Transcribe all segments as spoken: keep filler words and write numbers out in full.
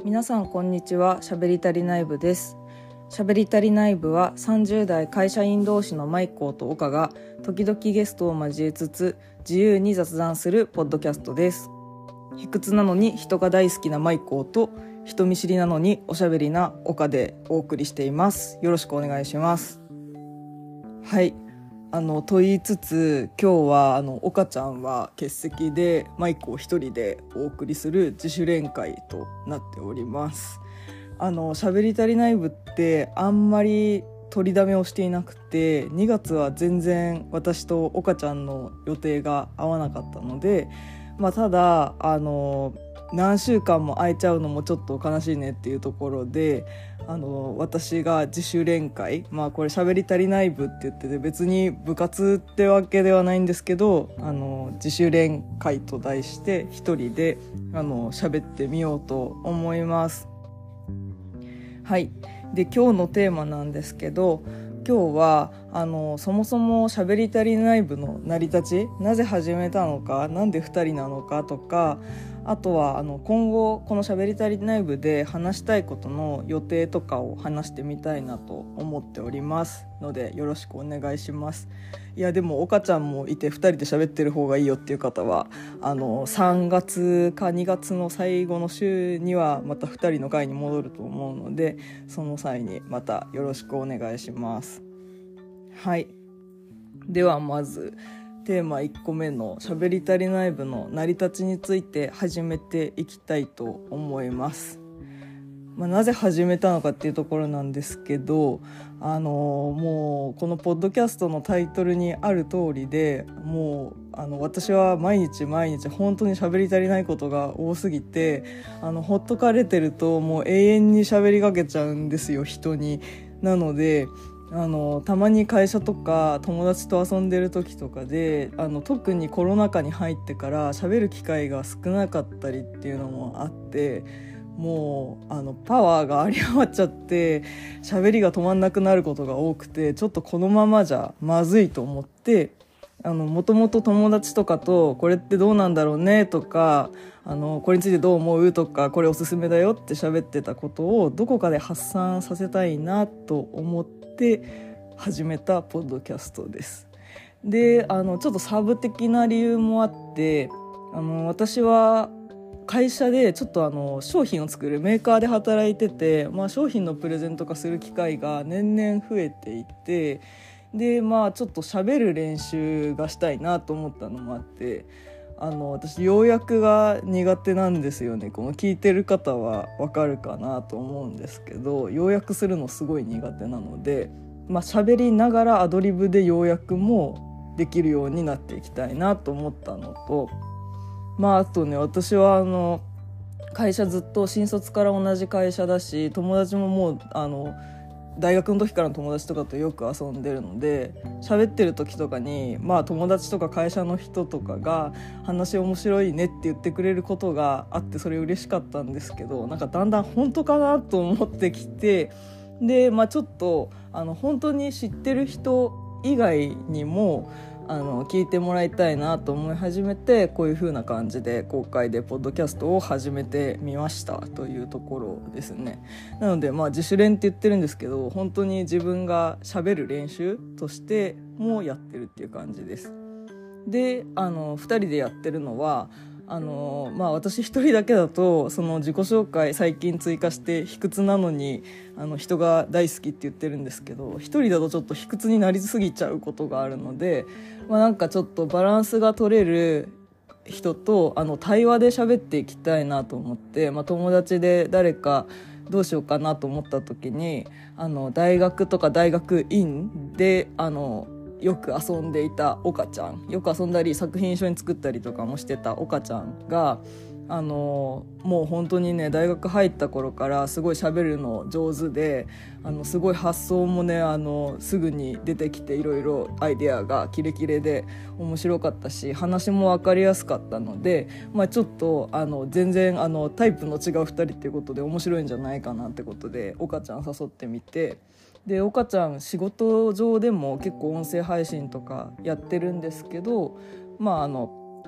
皆さんこんにちは。しゃべりたり内部です。しゃべりたり内部はさんじゅう代会社員同士のマイコーとオカが時々ゲストを交えつつ自由に雑談するポッドキャストです。卑屈なのに人が大好きなマイコーと人見知りなのにおしゃべりなオカでお送りしています。よろしくお願いします。はい、あのと言いつつ今日はあのオカちゃんは欠席でマイコー一人でお送りする自主練会となっております。あのしゃべりたり内部ってあんまり取りだめをしていなくて、にがつは全然私とオカちゃんの予定が合わなかったので、まあ、ただあの何週間も空いちゃうのもちょっと悲しいねっていうところで、あの私が自主練会、まあこれしゃべりたり内部って言ってて別に部活ってわけではないんですけど、あの自主練会と題して一人であの喋ってみようと思います。はい、で今日のテーマなんですけど、今日はあのそもそもしゃべりたり内部の成り立ち、なぜ始めたのか、なんでふたりなのかとか、あとはあの今後このしゃべりたり内部で話したいことの予定とかを話してみたいなと思っておりますのでよろしくお願いします。いやでも岡ちゃんもいてふたりで喋ってる方がいいよっていう方はあのさんがつかにがつの最後の週にはまたふたりの会に戻ると思うので、その際にまたよろしくお願いします。はい、ではまずテーマいっこめのしゃべりたり内部の成り立ちについて始めていきたいと思います。まあ、なぜ始めたのかっていうところなんですけど、あのもうこのポッドキャストのタイトルにある通りで、もうあの私は毎日毎日本当に喋り足りないことが多すぎて、あのほっとかれてるともう永遠に喋りかけちゃうんですよ、人に。なのであのたまに会社とか友達と遊んでる時とかで、あの特にコロナ禍に入ってから喋る機会が少なかったりっていうのもあって、もうあのパワーが有り余っちゃって喋りが止まんなくなることが多くて、ちょっとこのままじゃまずいと思って、あのもともと友達とかとこれってどうなんだろうねとか、あのこれについてどう思うとか、これおすすめだよって喋ってたことをどこかで発散させたいなと思って始めたポッドキャストです。であのちょっとサブ的な理由もあって、あの私は会社でちょっとあの商品を作るメーカーで働いてて、まあ、商品のプレゼンとかする機会が年々増えていて、でまあちょっと喋る練習がしたいなと思ったのもあって、あの私要約が苦手なんですよね。この聞いてる方はわかるかなと思うんですけど、要約するのすごい苦手なので、まあ喋りながらアドリブで要約もできるようになっていきたいなと思ったのと、まああとね、私はあの会社ずっと新卒から同じ会社だし、友達ももうあの大学の時からの友達とかとよく遊んでるので、喋ってる時とかにまあ友達とか会社の人とかが話面白いねって言ってくれることがあって、それ嬉しかったんですけど、なんかだんだん本当かなと思ってきて、でまあちょっとあの本当に知ってる人以外にもあの聞いてもらいたいなと思い始めて、こういう風な感じで公開でポッドキャストを始めてみましたというところですね。なのでまあ自主練って言ってるんですけど、本当に自分が喋る練習としてもやってるっていう感じです。であのふたりでやってるのはあのまあ、私一人だけだとその自己紹介最近追加して卑屈なのにあの人が大好きって言ってるんですけど、一人だとちょっと卑屈になりすぎちゃうことがあるので、まあ、なんかちょっとバランスが取れる人とあの対話で喋っていきたいなと思って、まあ、友達で誰かどうしようかなと思った時に、あの大学とか大学院であのよく遊んでいた岡ちゃん、よく遊んだり作品一緒に作ったりとかもしてた岡ちゃんがあのもう本当にね、大学入った頃からすごい喋るの上手で、あのすごい発想もねあのすぐに出てきて、いろいろアイデアがキレキレで面白かったし、話も分かりやすかったので、まあ、ちょっとあの全然あのタイプの違うふたりっていうことで面白いんじゃないかなってことで岡ちゃん誘ってみて、で岡ちゃん仕事上でも結構音声配信とかやってるんですけど、まああの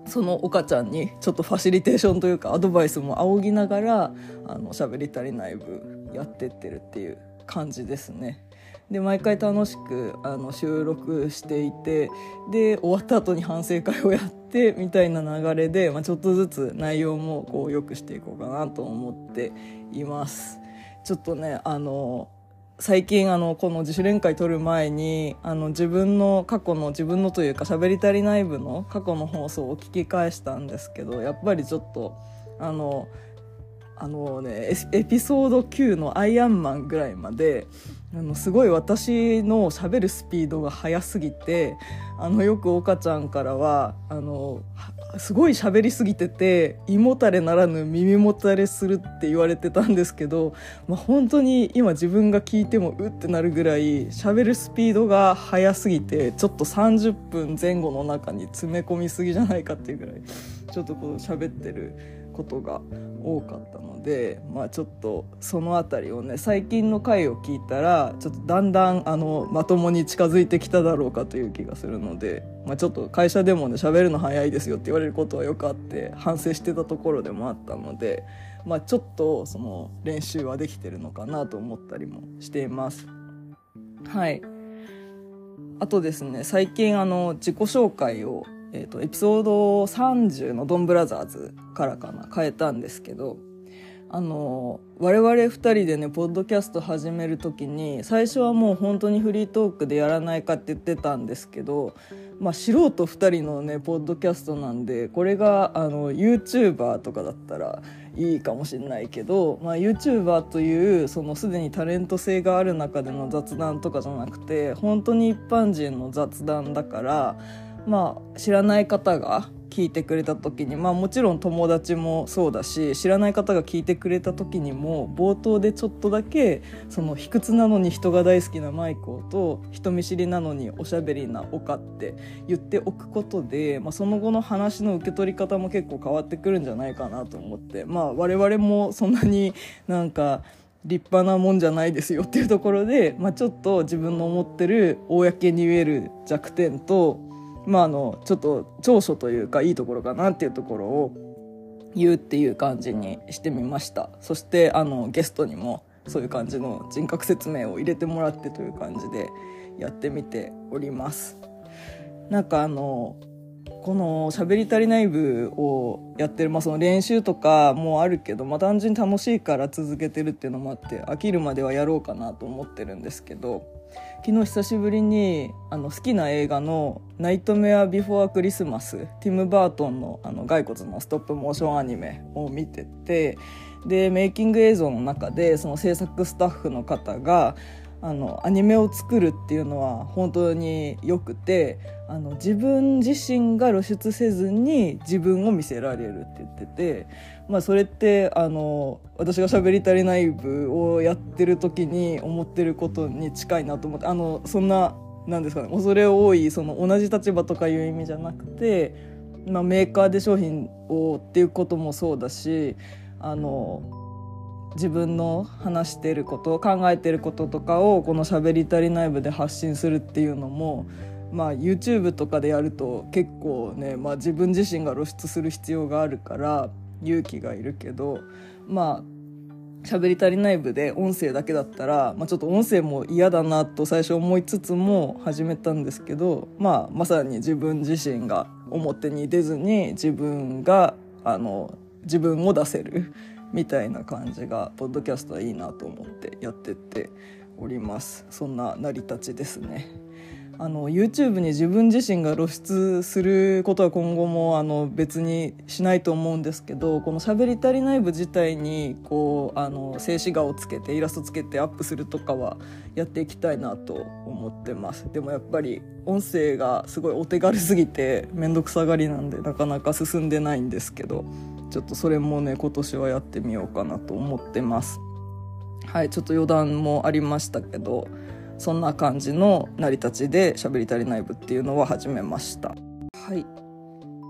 その岡ちゃんにちょっとファシリテーションというかアドバイスも仰ぎながらあの喋り足りない部やってってるっていう感じですね。で毎回楽しくあの収録していて、で終わった後に反省会をやってみたいな流れで、まあ、ちょっとずつ内容もこう良くしていこうかなと思っています。ちょっとねあの最近あのこの自主練会撮る前にあの自分の過去の自分のというか喋り足りない部の過去の放送を聞き返したんですけど、やっぱりちょっとあのあのねエピソードきゅうのアイアンマンぐらいまであのすごい私の喋るスピードが速すぎて、あのよく岡ちゃんからはあのすごい喋りすぎてて胃もたれならぬ耳もたれするって言われてたんですけど、まあ、本当に今自分が聞いてもうってなるぐらい喋るスピードが速すぎて、ちょっとさんじゅっぷんぜん後の中に詰め込みすぎじゃないかっていうぐらいちょっとこう喋ってることが多かったので、まあ、ちょっとそのあたりをね最近の回を聞いたらちょっとだんだんあのまともに近づいてきただろうかという気がするので、まあ、ちょっと会社でもね喋るの早いですよって言われることはよくあって反省してたところでもあったので、まあ、ちょっとその練習はできてるのかなと思ったりもしています。はい。あとですね、最近あの自己紹介をえーと、エピソードさんじゅうのドンブラザーズからかな変えたんですけど、あの我々ふたりでねポッドキャスト始める時に最初はもう本当にフリートークでやらないかって言ってたんですけど、まあ、素人ふたりのねポッドキャストなんでこれがあの YouTuber とかだったらいいかもしれないけど、まあ、YouTuber というそのすでにタレント性がある中での雑談とかじゃなくて本当に一般人の雑談だから、まあ、知らない方が聞いてくれた時に、まあ、もちろん友達もそうだし知らない方が聞いてくれた時にも冒頭でちょっとだけその卑屈なのに人が大好きなマイコと人見知りなのにおしゃべりなオカって言っておくことで、まあ、その後の話の受け取り方も結構変わってくるんじゃないかなと思って、まあ、我々もそんなになんか立派なもんじゃないですよっていうところで、まあ、ちょっと自分の思ってる公に言える弱点とまあ、あのちょっと長所というかいいところかなっていうところを言うっていう感じにしてみました。そしてあのゲストにもそういう感じの人格説明を入れてもらってという感じでやってみております。なんかあのこの喋り足りない部をやってる、まあ、その練習とかもあるけど、まあ、単純に楽しいから続けてるっていうのもあって飽きるまではやろうかなと思ってるんですけど、昨日久しぶりにあの好きな映画のナイトメアビフォークリスマスティム・バートンのあの骸骨のストップモーションアニメを見てて、でメイキング映像の中でその制作スタッフの方があのアニメを作るっていうのは本当によくて、あの自分自身が露出せずに自分を見せられるって言ってて、まあ、それってあの私が喋り足りない部をやってる時に思ってることに近いなと思って、あのそんななんですかね、恐れ多いその同じ立場とかいう意味じゃなくて、まあ、メーカーで商品をっていうこともそうだし、あの自分の話していること考えていることとかをこの喋り足りない部で発信するっていうのも、まあ、YouTube とかでやると結構ね、まあ、自分自身が露出する必要があるから勇気がいるけど、まあ喋り足りない部で音声だけだったら、まあ、ちょっと音声も嫌だなと最初思いつつも始めたんですけど、まあ、まさに自分自身が表に出ずに自分があの自分を出せるみたいな感じがポッドキャストはいいなと思ってやってっております。そんな成り立ちですね。あの YouTube に自分自身が露出することは今後もあの別にしないと思うんですけど、この喋り足りない部自体にこうあの静止画をつけてイラストつけてアップするとかはやっていきたいなと思ってます。でもやっぱり音声がすごいお手軽すぎてめんどくさがりなんでなかなか進んでないんですけど、ちょっとそれもね今年はやってみようかなと思ってます。はい、ちょっと余談もありましたけど、そんな感じの成り立ちで喋り足りない部っていうのは始めました。はい。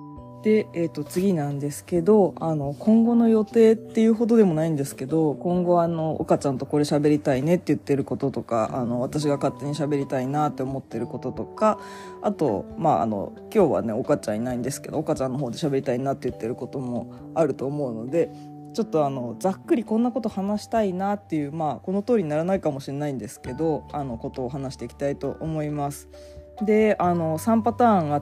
で、えー、と次なんですけど、あの今後の予定っていうほどでもないんですけど、今後あの岡ちゃんとこれ喋りたいねって言ってることとか、あの私が勝手に喋りたいなって思ってることとか、あと、まあ、あの今日はね岡ちゃんいないんですけど、岡ちゃんの方で喋りたいなって言ってることもあると思うので、ちょっとあのざっくりこんなこと話したいなっていう、まあ、この通りにならないかもしれないんですけど、あのことを話していきたいと思います。で、あのさんパターンあって、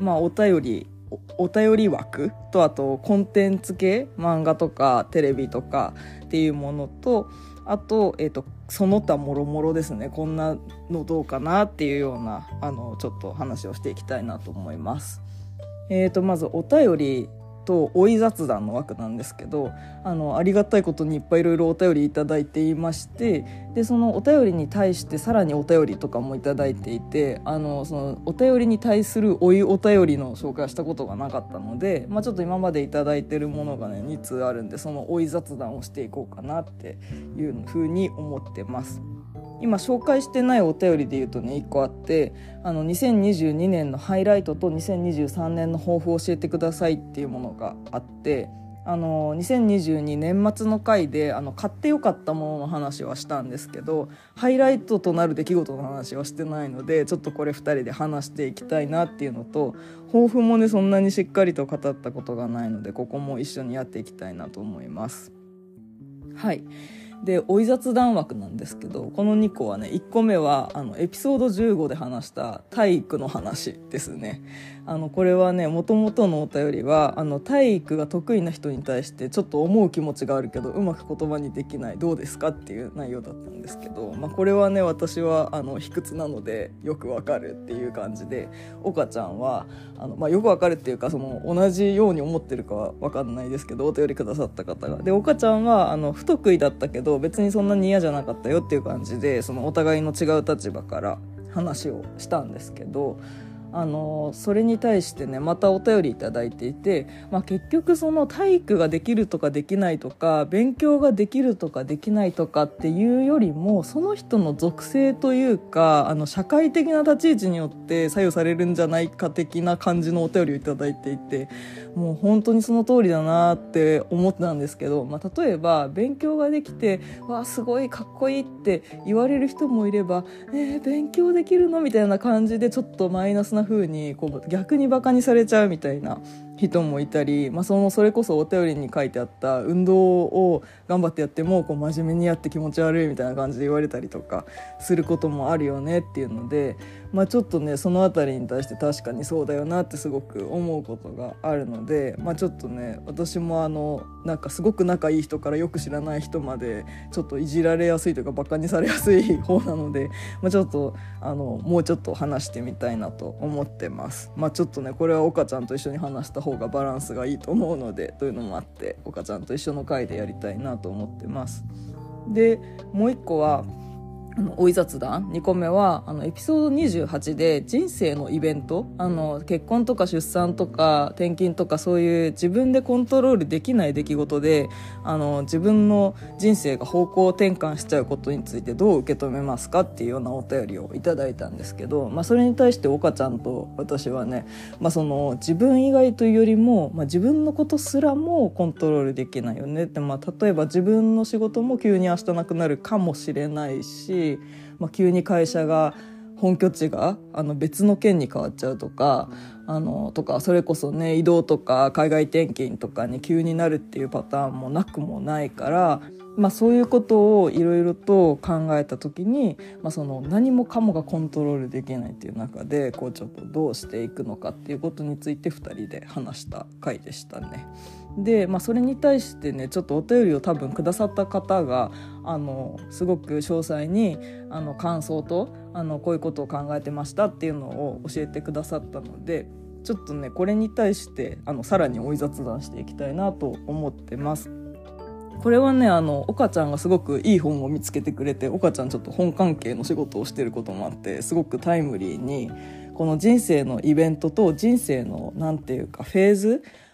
まあ、お便りお, お便り枠と、あとコンテンツ系、漫画とかテレビとかっていうものと、あと、えーと、その他もろもろですね。こんなのどうかなっていうようなあのちょっと話をしていきたいなと思います。えーとまずお便りと追い雑談の枠なんですけど、あのありがたいことにいっぱいいろいろお便りいただいていまして、でそのお便りに対してさらにお便りとかもいただいていて、あのそのお便りに対する追いお便りの紹介をしたことがなかったので、まあ、ちょっと今までいただいているものがねに通あるんで、その追い雑談をしていこうかなっていうふうに思ってます。今紹介してないお便りで言うとねいっこあって、あのにせんにじゅうにねんのハイライトとにせんにじゅうさんねんの抱負を教えてくださいっていうものがあって、あのにせんにじゅうに年末の回であの買ってよかったものの話はしたんですけど、ハイライトとなる出来事の話はしてないので、ちょっとこれふたりで話していきたいなっていうのと、抱負もねそんなにしっかりと語ったことがないので、ここも一緒にやっていきたいなと思います。はい。で追い雑談枠なんですけど、このにこはね、いっこめはあのエピソードじゅうごで話した体育の話ですね。あのこれはね、もともとのお便りはあの体育が得意な人に対してちょっと思う気持ちがあるけどうまく言葉にできない、どうですかっていう内容だったんですけど、まあ、これはね私はあの卑屈なのでよくわかるっていう感じで、岡ちゃんはあの、まあ、よくわかるっていうか、その同じように思ってるかはわかんないですけど、お便りくださった方がで、岡ちゃんはあの不得意だったけど別にそんなに嫌じゃなかったよっていう感じで、そのお互いの違う立場から話をしたんですけど、あのそれに対してねまたお便りいただいていて、まあ、結局その体育ができるとかできないとか、勉強ができるとかできないとかっていうよりも、その人の属性というか、あの社会的な立ち位置によって左右されるんじゃないか的な感じのお便りをいただいていて、もう本当にその通りだなって思ってたんですけど、まあ、例えば勉強ができてわあすごいかっこいいって言われる人もいれば、えー、勉強できるのみたいな感じでちょっとマイナスな風にこう逆にバカにされちゃうみたいな人もいたり、まあ、そのそれこそお便りに書いてあった運動を頑張ってやってもこう真面目にやって気持ち悪いみたいな感じで言われたりとかすることもあるよねっていうので、まあ、ちょっとねそのあたりに対して確かにそうだよなってすごく思うことがあるので、まあ、ちょっとね私もあのなんかすごく仲いい人からよく知らない人までちょっといじられやすいというかバカにされやすい方なので、まあ、ちょっとあのもうちょっと話してみたいなと思ってます。まあ、ちょっとねこれは岡ちゃんと一緒に話した方がバランスがいいと思うので、というのもあって岡ちゃんと一緒の回でやりたいなと思ってます。でもう一個はあの追い雑談にこめはあのエピソードにじゅうはちで人生のイベント、あの結婚とか出産とか転勤とかそういう自分でコントロールできない出来事であの自分の人生が方向転換しちゃうことについてどう受け止めますかっていうようなお便りをいただいたんですけど、まあ、それに対して岡ちゃんと私はね、まあ、その自分以外というよりも、まあ、自分のことすらもコントロールできないよねって、まあ、例えば自分の仕事も急に明日なくなるかもしれないし、まあ、急に会社が本拠地があの別の県に変わっちゃうとか、あのとかそれこそね移動とか海外転勤とかに急になるっていうパターンもなくもないから、まあ、そういうことをいろいろと考えた時に、まあ、その何もかもがコントロールできないっていう中でこうちょっとどうしていくのかっていうことについてふたりで話した回でしたね。で、まあ、それに対してねちょっとお便りを多分くださった方があのすごく詳細にあの感想とあのこういうことを考えてましたっていうのを教えてくださったので、ちょっとねこれに対してあのさらに追い雑談していきたいなと思ってます。これはねあの岡ちゃんがすごくいい本を見つけてくれて、岡ちゃんちょっと本関係の仕事をしてることもあってすごくタイムリーにこの人生のイベントと人生のなんていうかフェーズ、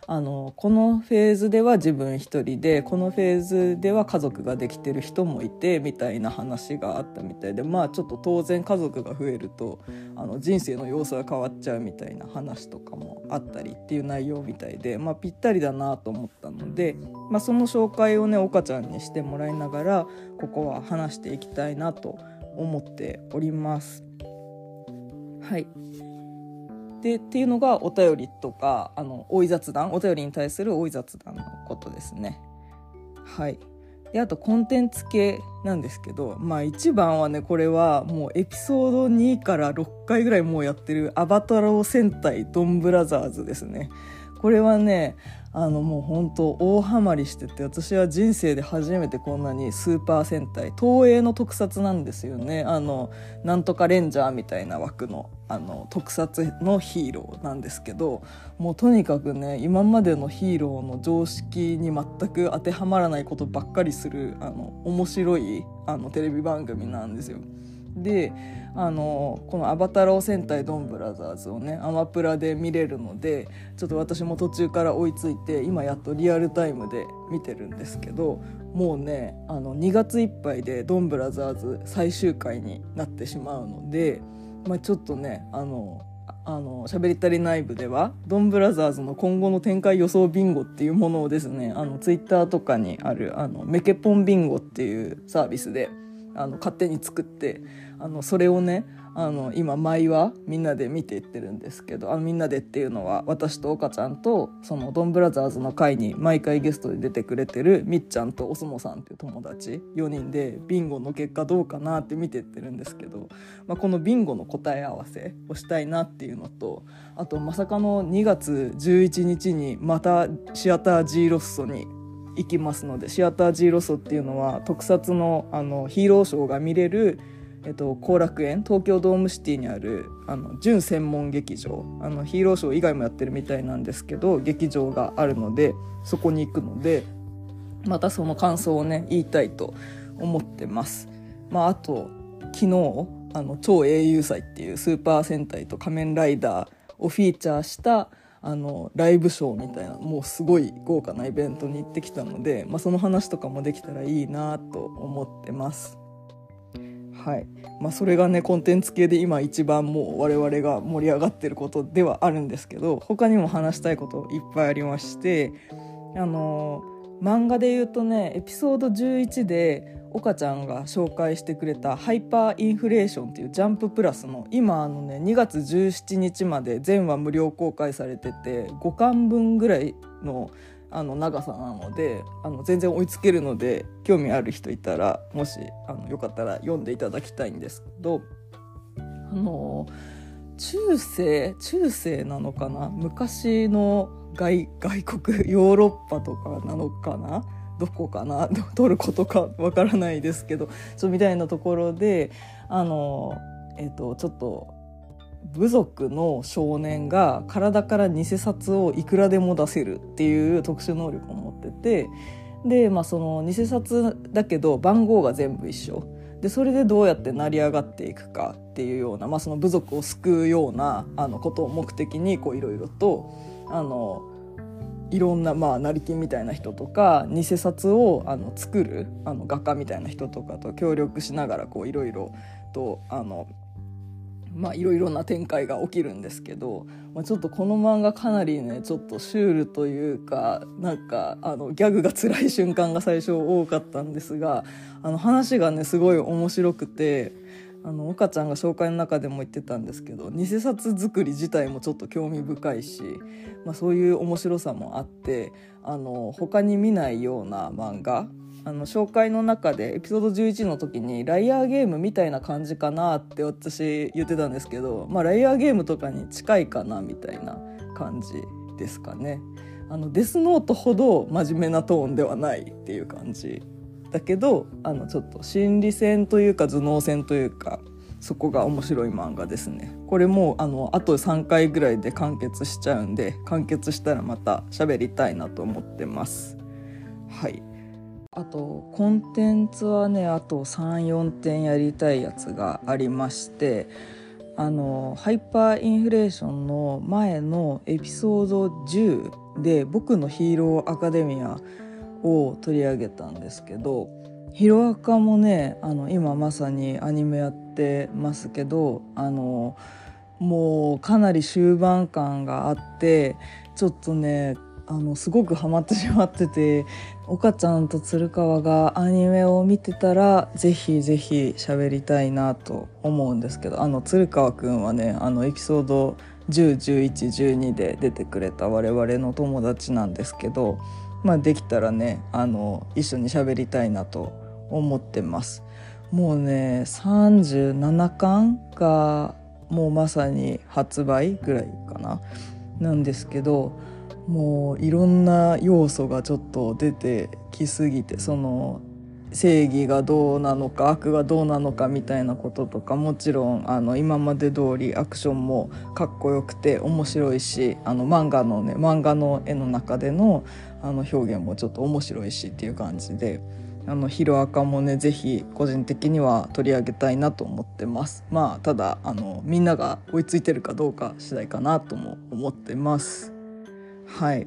あのこのフェーズでは自分一人で、このフェーズでは家族ができてる人もいてみたいな話があったみたいで、まあちょっと当然家族が増えるとあの人生の様子が変わっちゃうみたいな話とかもあったりっていう内容みたいで、まあぴったりだなと思ったので、まあ、その紹介をね岡ちゃんにしてもらいながらここは話していきたいなと思っております。はい。でっていうのがお便りとかあの追い雑談、お便りに対する追い雑談のことですね。はい。であとコンテンツ系なんですけど、まあ一番はねこれはもうエピソードにからろっかいぐらいもうやってるアバタロー戦隊ドンブラザーズですね。これはねあのもう本当大ハマりしてて、私は人生で初めてこんなにスーパー戦隊、東映の特撮なんですよね。あのなんとかレンジャーみたいな枠のあの特撮のヒーローなんですけど、もうとにかくね今までのヒーローの常識に全く当てはまらないことばっかりするあの面白いあのテレビ番組なんですよ。であのこのアバタロー戦隊ドンブラザーズをねアマプラで見れるので、ちょっと私も途中から追いついて今やっとリアルタイムで見てるんですけど、もうねあのにがついっぱいでドンブラザーズ最終回になってしまうので、まあ、ちょっとねあのあの喋り足りない部ではドンブラザーズの今後の展開予想ビンゴっていうものをですね、あのツイッターとかにあるあのメケポンビンゴっていうサービスであの勝手に作って、あのそれをねあの今毎話みんなで見ていってるんですけど、あのみんなでっていうのは私と岡ちゃんとそのドンブラザーズの会に毎回ゲストで出てくれてるみっちゃんとおすもさんっていう友達よにんでビンゴの結果どうかなって見ていってるんですけど、まあ、このビンゴの答え合わせをしたいなっていうのと、あとまさかのにがつじゅういちにちにまたシアター G ロッソに行きますので、シアター G ロッソっていうのは特撮 の, あのヒーローショーが見れるえっと、後楽園東京ドームシティにあるあの純専門劇場、あのヒーローショー以外もやってるみたいなんですけど劇場があるので、そこに行くのでまたその感想をね言いたいと思ってます。まあ、あと昨日あの超英雄祭っていうスーパー戦隊と仮面ライダーをフィーチャーしたあのライブショーみたいなもうすごい豪華なイベントに行ってきたので、まあ、その話とかもできたらいいなと思ってます。はい。まあ、それがねコンテンツ系で今一番もう我々が盛り上がってることではあるんですけど、他にも話したいこといっぱいありまして、あの漫画で言うとねエピソードじゅういちで岡ちゃんが紹介してくれたハイパーインフレーションっていうジャンププラスの今あのねにがつじゅうしちにちまで全話無料公開されててごかんぶんぐらいのあの長さなのであの全然追いつけるので、興味ある人いたらもしあのよかったら読んでいただきたいんですけど、あの中世中世なのかな、昔の 外, 外国ヨーロッパとかなのかな、どこかなトルコとかわからないですけど、そうみたいなところであの、えーと、ちょっと部族の少年が体から偽札をいくらでも出せるっていう特殊能力を持ってて、で、まあ、その偽札だけど番号が全部一緒で、それでどうやって成り上がっていくかっていうような、まあ、その部族を救うようなあのことを目的にこういろいろとあのいろんな、まあ、成金みたいな人とか偽札をあの作るあの画家みたいな人とかと協力しながらこういろいろとあのまあいろいろな展開が起きるんですけど、まあ、ちょっとこの漫画かなりねちょっとシュールというかなんかあのギャグが辛い瞬間が最初多かったんですが、あの話がねすごい面白くて、あの岡ちゃんが紹介の中でも言ってたんですけど偽札作り自体もちょっと興味深いし、まあ、そういう面白さもあってあの他に見ないような漫画、あの紹介の中でエピソードじゅういちの時にライアーゲームみたいな感じかなって私言ってたんですけど、まあ、ライアーゲームとかに近いかなみたいな感じですかね。あのデスノートほど真面目なトーンではないっていう感じだけど、あのちょっと心理戦というか頭脳戦というかそこが面白い漫画ですね。これもあのあとさんかいぐらいで完結しちゃうんで、完結したらまた喋りたいなと思ってます。はい。あとコンテンツはねあと さん,よん 点やりたいやつがありまして、 あのハイパーインフレーションの前のエピソードじゅうで僕のヒーローアカデミアを取り上げたんですけど、ヒロアカもねあの今まさにアニメやってますけど、あのもうかなり終盤感があって、ちょっとねあのすごくハマってしまってて、岡ちゃんと鶴川がアニメを見てたらぜひぜひ喋りたいなと思うんですけど、あの鶴川くんはねあのエピソードじゅう、じゅういち、じゅうにで出てくれた我々の友達なんですけど、まあ、できたらねあの一緒に喋りたいなと思ってます。もうねさんじゅうななかんがもうまさに発売ぐらいかななんですけど、もういろんな要素がちょっと出てきすぎて、その正義がどうなのか悪がどうなのかみたいなこととか、もちろんあの今まで通りアクションもかっこよくて面白いし、あの漫画のね漫画の絵の中でのあの表現もちょっと面白いしっていう感じで、あのヒロアカもねぜひ個人的には取り上げたいなと思ってます。まあただあのみんなが追いついてるかどうか次第かなとも思ってます。はい。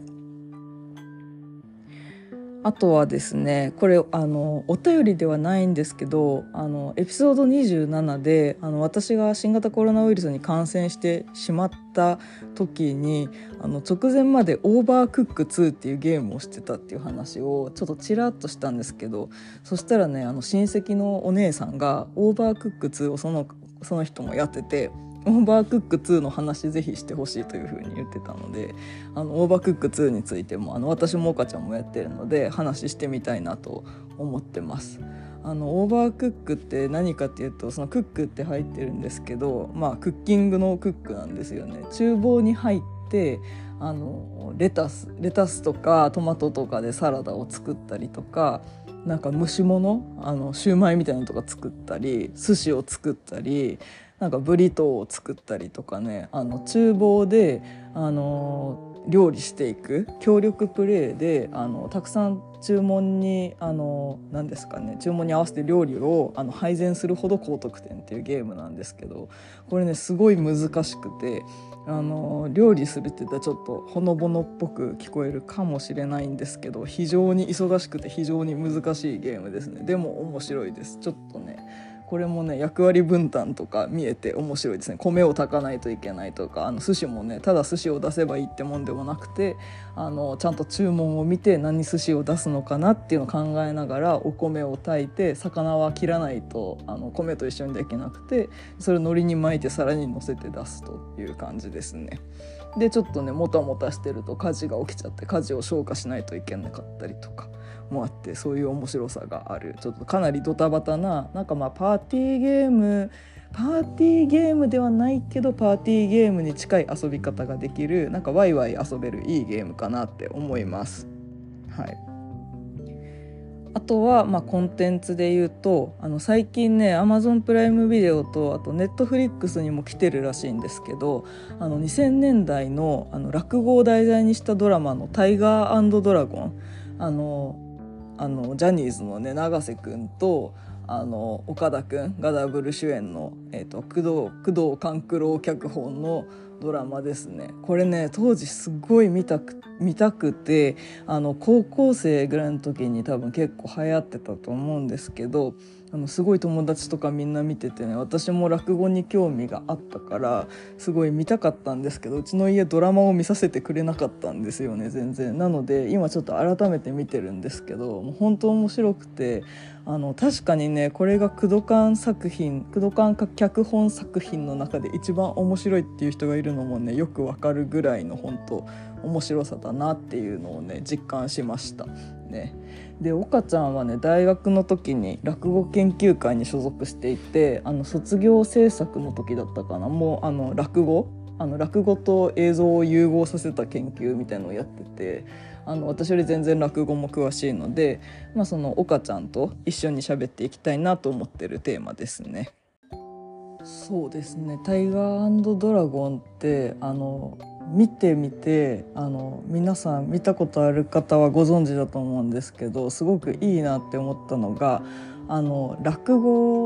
あとはですね、これあのお便りではないんですけど、あのエピソードにじゅうななであの私が新型コロナウイルスに感染してしまった時に、あの直前までオーバークックツーっていうゲームをしてたっていう話をちょっとちらっとしたんですけど、そしたらねあの親戚のお姉さんがオーバークックツーをそのその人もやってて、オーバークックツーの話ぜひしてほしいというふうに言ってたので、あのオーバークックツーについてもあの私も岡ちゃんもやってるので話してみたいなと思ってます。あのオーバークックって何かっていうと、そのクックって入ってるんですけど、まあクッキングのクックなんですよね。厨房に入ってあのレタスレタスとかトマトとかでサラダを作ったりとか、なんか蒸し物あのシューマイみたいなのとか作ったり、寿司を作ったり、なんかブリトーを作ったりとかね、あの厨房であの料理していく協力プレイで、あのたくさん注文にあの何ですかね注文に合わせて料理をあの配膳するほど高得点っていうゲームなんですけど、これねすごい難しくて、あの料理するって言ったらちょっとほのぼのっぽく聞こえるかもしれないんですけど、非常に忙しくて非常に難しいゲームですね。でも面白いです。ちょっとねこれもね役割分担とか見えて面白いですね。米を炊かないといけないとか、あの寿司もねただ寿司を出せばいいってもんでもなくて、あのちゃんと注文を見て何寿司を出すのかなっていうのを考えながらお米を炊いて、魚は切らないとあの米と一緒にできなくて、それを海苔に巻いて皿に乗せて出すという感じですね。でちょっとねもたもたしてると火事が起きちゃって、火事を消火しないといけなかったりとかもあって、そういう面白さがある、ちょっとかなりドタバタな、なんかまあパーティーゲームパーティーゲームではないけどパーティーゲームに近い遊び方ができる、なんかワイワイ遊べるいいゲームかなって思います。はい。あとはまあコンテンツで言うと、あの最近ね Amazon プライムビデオとあと Netflix にも来てるらしいんですけど、あのにせんねんだいの、あの落語を題材にしたドラマのタイガー&ドラゴン、あのあのジャニーズのね永瀬くんとあの岡田くんがダブル主演の、えーと、工藤工藤官九郎脚本のドラマですね。これね当時すごい見たく見たくて、あの高校生ぐらいの時に多分結構流行ってたと思うんですけど、あのすごい友達とかみんな見ててね、私も落語に興味があったからすごい見たかったんですけど、うちの家ドラマを見させてくれなかったんですよね全然。なので今ちょっと改めて見てるんですけど、もう本当面白くて、あの確かにねこれが工藤館作品工藤館脚本作品の中で一番面白いっていう人がいるのもねよくわかるぐらいの本当面白さだなっていうのをね実感しましたね。で岡ちゃんはね大学の時に落語研究会に所属していて、あの卒業制作の時だったかな、もうあの落語あの落語と映像を融合させた研究みたいのをやってて、あの私より全然落語も詳しいので、まあ、その岡ちゃんと一緒に喋っていきたいなと思ってるテーマですね。そうですね、タイガー&ドラゴンってあの見てみて、あの皆さん見たことある方はご存知だと思うんですけど、すごくいいなって思ったのが、あの落語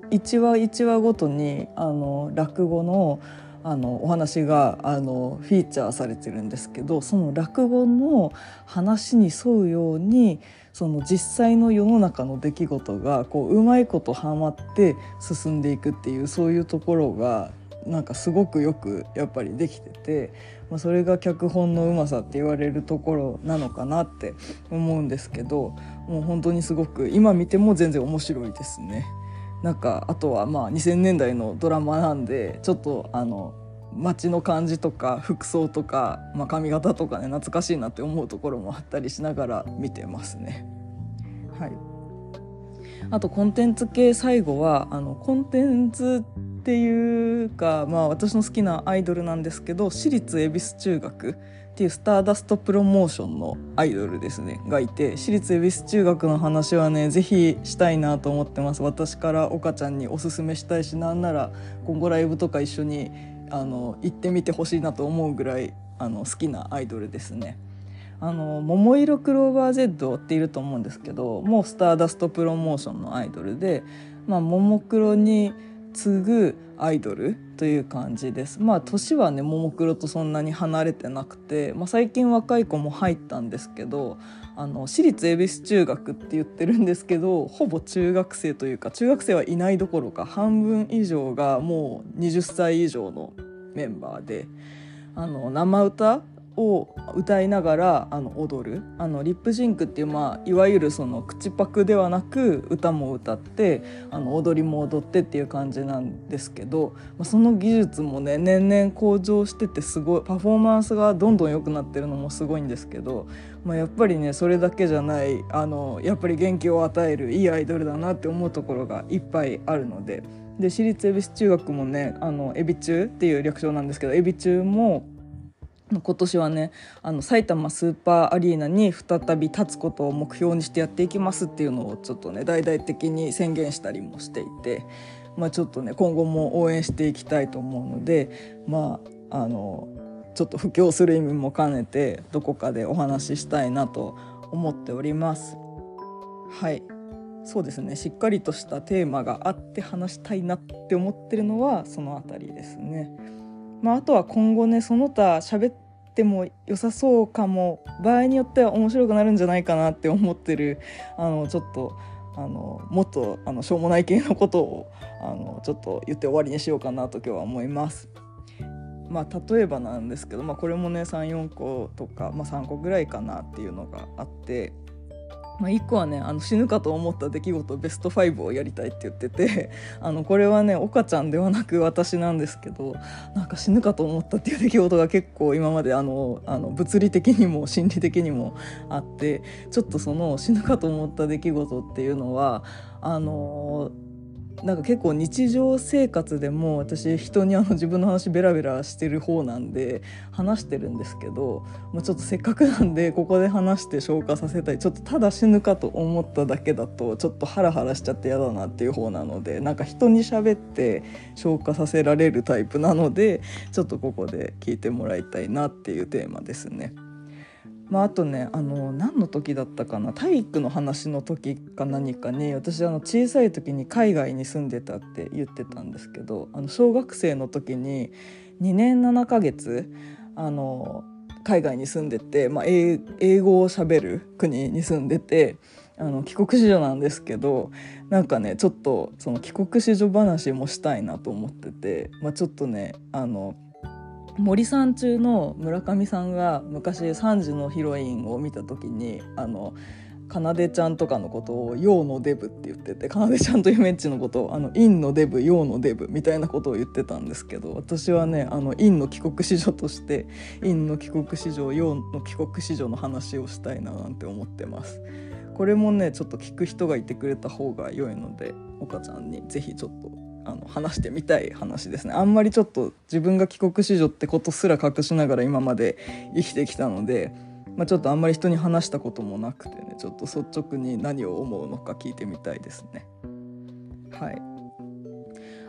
一話一話ごとにあの落語のあのお話があのフィーチャーされてるんですけど、その落語の話に沿うようにその実際の世の中の出来事がこううまいことはまって進んでいくっていう、そういうところがなんかすごくよくやっぱりできてて、まあ、それが脚本のうまさって言われるところなのかなって思うんですけど、もう本当にすごく今見ても全然面白いですね。なんかあとはまあにせんねんだいのドラマなんで、ちょっとあの街の感じとか服装とか、まあ、髪型とかね懐かしいなって思うところもあったりしながら見てますね。はい、あとコンテンツ系、最後はあのコンテンツっていうか、まあ、私の好きなアイドルなんですけど、私立恵比寿中学っていうスターダストプロモーションのアイドルですねがいて、私立恵比寿中学の話はねぜひしたいなと思ってます。私から岡ちゃんにおすすめしたいし、なんなら今後ライブとか一緒にあの行ってみてほしいなと思うぐらいあの好きなアイドルですね。あの桃色クローバー Z っていると思うんですけど、もうスターダストプロモーションのアイドルで、まあ、ももクロに次ぐアイドルという感じです。まあ年はねももクロとそんなに離れてなくて、まあ、最近若い子も入ったんですけど、あの私立恵比寿中学って言ってるんですけど、ほぼ中学生というか中学生はいないどころか半分以上がもうはたち以上のメンバーで、あの生歌を歌いながらあの踊る、あのリップシンクっていう、まあ、いわゆるその口パクではなく歌も歌ってあの踊りも踊ってっていう感じなんですけど、まあ、その技術もね年々向上してて、すごいパフォーマンスがどんどん良くなってるのもすごいんですけど、まあ、やっぱりねそれだけじゃない、あのやっぱり元気を与えるいいアイドルだなって思うところがいっぱいあるので、で私立恵比寿中学もね、あの恵比中っていう略称なんですけど、恵比中も今年はねあの埼玉スーパーアリーナに再び立つことを目標にしてやっていきますっていうのをちょっとね大々的に宣言したりもしていて、まあ、ちょっとね今後も応援していきたいと思うので、まああのちょっと布教する意味も兼ねてどこかでお話ししたいなと思っております。はい、そうですね、しっかりとしたテーマがあって話したいなって思ってるのはそのあたりですね。まあ、あとは今後ねその他喋っても良さそうかも、場合によっては面白くなるんじゃないかなって思ってるあのちょっとあのもっとあのしょうもない系のことをあのちょっと言って終わりにしようかなと今日は思います。まあ、例えばなんですけど、まあ、これもね さん,よん 個とか、まあ、さんこぐらいかなっていうのがあって、まあ、いっこはねあの死ぬかと思った出来事ベストごをやりたいって言ってて、あのこれはね岡ちゃんではなく私なんですけど、なんか死ぬかと思ったっていう出来事が結構今まであのあの物理的にも心理的にもあって、ちょっとその死ぬかと思った出来事っていうのはあのなんか結構日常生活でも私人にあの自分の話ベラベラしてる方なんで話してるんですけど、まあ、ちょっとせっかくなんでここで話して消化させたい。ちょっとただ死ぬかと思っただけだとちょっとハラハラしちゃって嫌だなっていう方なので、なんか人に喋って消化させられるタイプなので、ちょっとここで聞いてもらいたいなっていうテーマですね。まあ、あとねあの何の時だったかな、体育の話の時か何かに私あの小さい時に海外に住んでたって言ってたんですけど、あの小学生の時ににねんななかげつあの海外に住んでて、まあ、英, 英語を喋る国に住んでて、あの帰国子女なんですけど、なんかねちょっとその帰国子女話もしたいなと思ってて、まあ、ちょっとねあの森三中の村上さんが昔さんじのヒロインを見た時にあのかなでちゃんとかのことを陽のデブって言ってて、かなでちゃんとゆめっちのことをあの陰のデブ陽のデブみたいなことを言ってたんですけど、私はねあの陰の帰国子女として陰の帰国子女陽の帰国子女の話をしたいななんて思ってます。これもねちょっと聞く人がいてくれた方が良いので、岡ちゃんにぜひちょっとあの話してみたい話ですね。あんまりちょっと自分が帰国子女ってことすら隠しながら今まで生きてきたので、まあ、ちょっとあんまり人に話したこともなくてね、ちょっと率直に何を思うのか聞いてみたいですね。はい。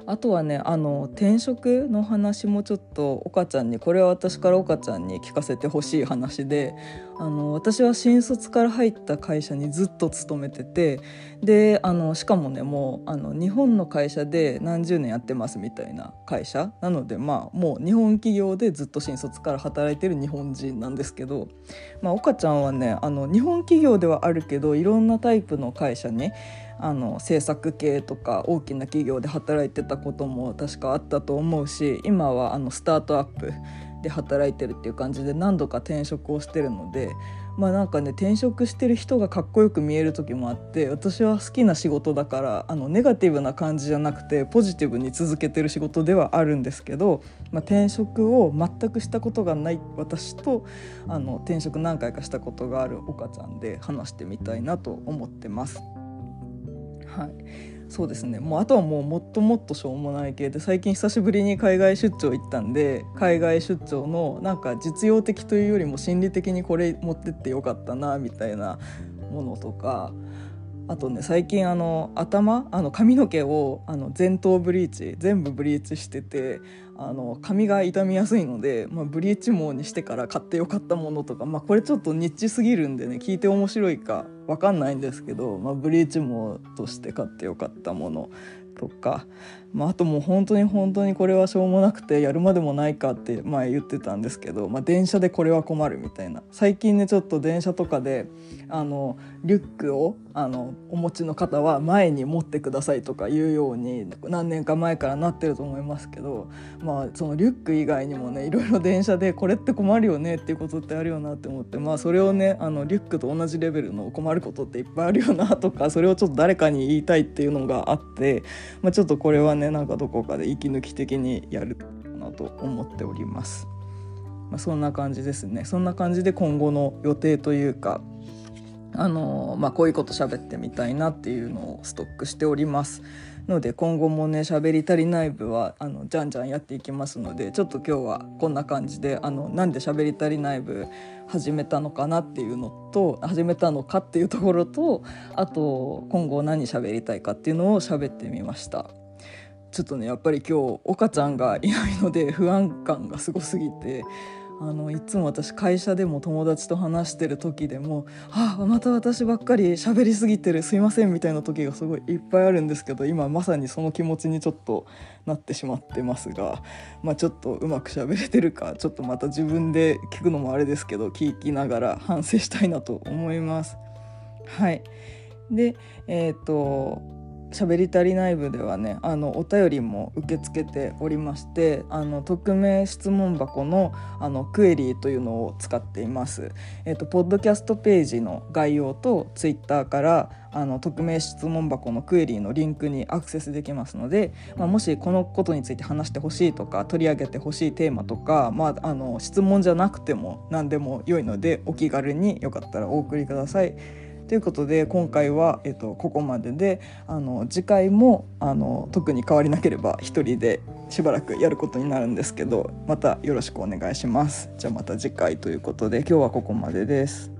あとはねあの転職の話もちょっと岡ちゃんに、これは私から岡ちゃんに聞かせてほしい話で、あの私は新卒から入った会社にずっと勤めてて、であのしかもねもうあの日本の会社で何十年やってますみたいな会社なので、まあもう日本企業でずっと新卒から働いてる日本人なんですけど、まあ、岡ちゃんはねあの日本企業ではあるけどいろんなタイプの会社にあの制作系とか大きな企業で働いてたことも確かあったと思うし、今はあのスタートアップで働いてるっていう感じで何度か転職をしてるので、まあなんかね転職してる人がかっこよく見える時もあって、私は好きな仕事だからあのネガティブな感じじゃなくてポジティブに続けてる仕事ではあるんですけど、まあ、転職を全くしたことがない私とあの転職何回かしたことがある岡ちゃんで話してみたいなと思ってます。はい、そうですね。もうあとはもうもっともっとしょうもない系で、最近久しぶりに海外出張行ったんで、海外出張のなんか実用的というよりも心理的にこれ持ってってよかったなみたいなものとか、あとね最近あの頭あの髪の毛をあの全頭ブリーチ全部ブリーチしてて、あの髪が傷みやすいので、まあ、ブリーチ毛にしてから買ってよかったものとか、まあ、これちょっとニッチすぎるんでね聞いて面白いか分かんないんですけど、まあ、ブリーチ毛として買ってよかったものとか、まあ、あともう本当に本当にこれはしょうもなくてやるまでもないかって前言ってたんですけど、まあ、電車でこれは困るみたいな、最近ねちょっと電車とかであのリュックをあのお持ちの方は前に持ってくださいとかいうように何年か前からなってると思いますけど、まあそのリュック以外にもねいろいろ電車でこれって困るよねっていうことってあるよなって思って、まあそれをねあのリュックと同じレベルの困ることっていっぱいあるよなとか、それをちょっと誰かに言いたいっていうのがあって、まあ、ちょっとこれはねなんかどこかで息抜き的にやるかなと思っております。まあ、そんな感じですね。そんな感じで今後の予定というかあのまあ、こういうこと喋ってみたいなっていうのをストックしておりますので、今後もね喋り足りない部はあのじゃんじゃんやっていきますので、ちょっと今日はこんな感じであのなんで喋り足りない部始めたのかなっていうのと始めたのかっていうところと、あと今後何喋りたいかっていうのを喋ってみました。ちょっとねやっぱり今日岡ちゃんがいないので不安感がすごすぎて、あのいつも私会社でも友達と話してる時でもあまた私ばっかり喋りすぎてるすいませんみたいな時がすごいいっぱいあるんですけど、今まさにその気持ちにちょっとなってしまってますが、まあ、ちょっとうまく喋れてるかちょっとまた自分で聞くのもあれですけど聞きながら反省したいなと思います。はいでえっ、ー、と喋り足りない部ではねあのお便りも受け付けておりまして、あの匿名質問箱のあのクエリーというのを使っています。えっとポッドキャストページの概要とツイッターからあの匿名質問箱のクエリーのリンクにアクセスできますので、まあ、もしこのことについて話してほしいとか取り上げてほしいテーマとか、まあ、あの質問じゃなくても何でも良いのでお気軽によかったらお送りください。ということで今回は、えっと、ここまでで、あの次回もあの特に変わりなければ一人でしばらくやることになるんですけど、またよろしくお願いします。じゃあまた次回ということで今日はここまでです。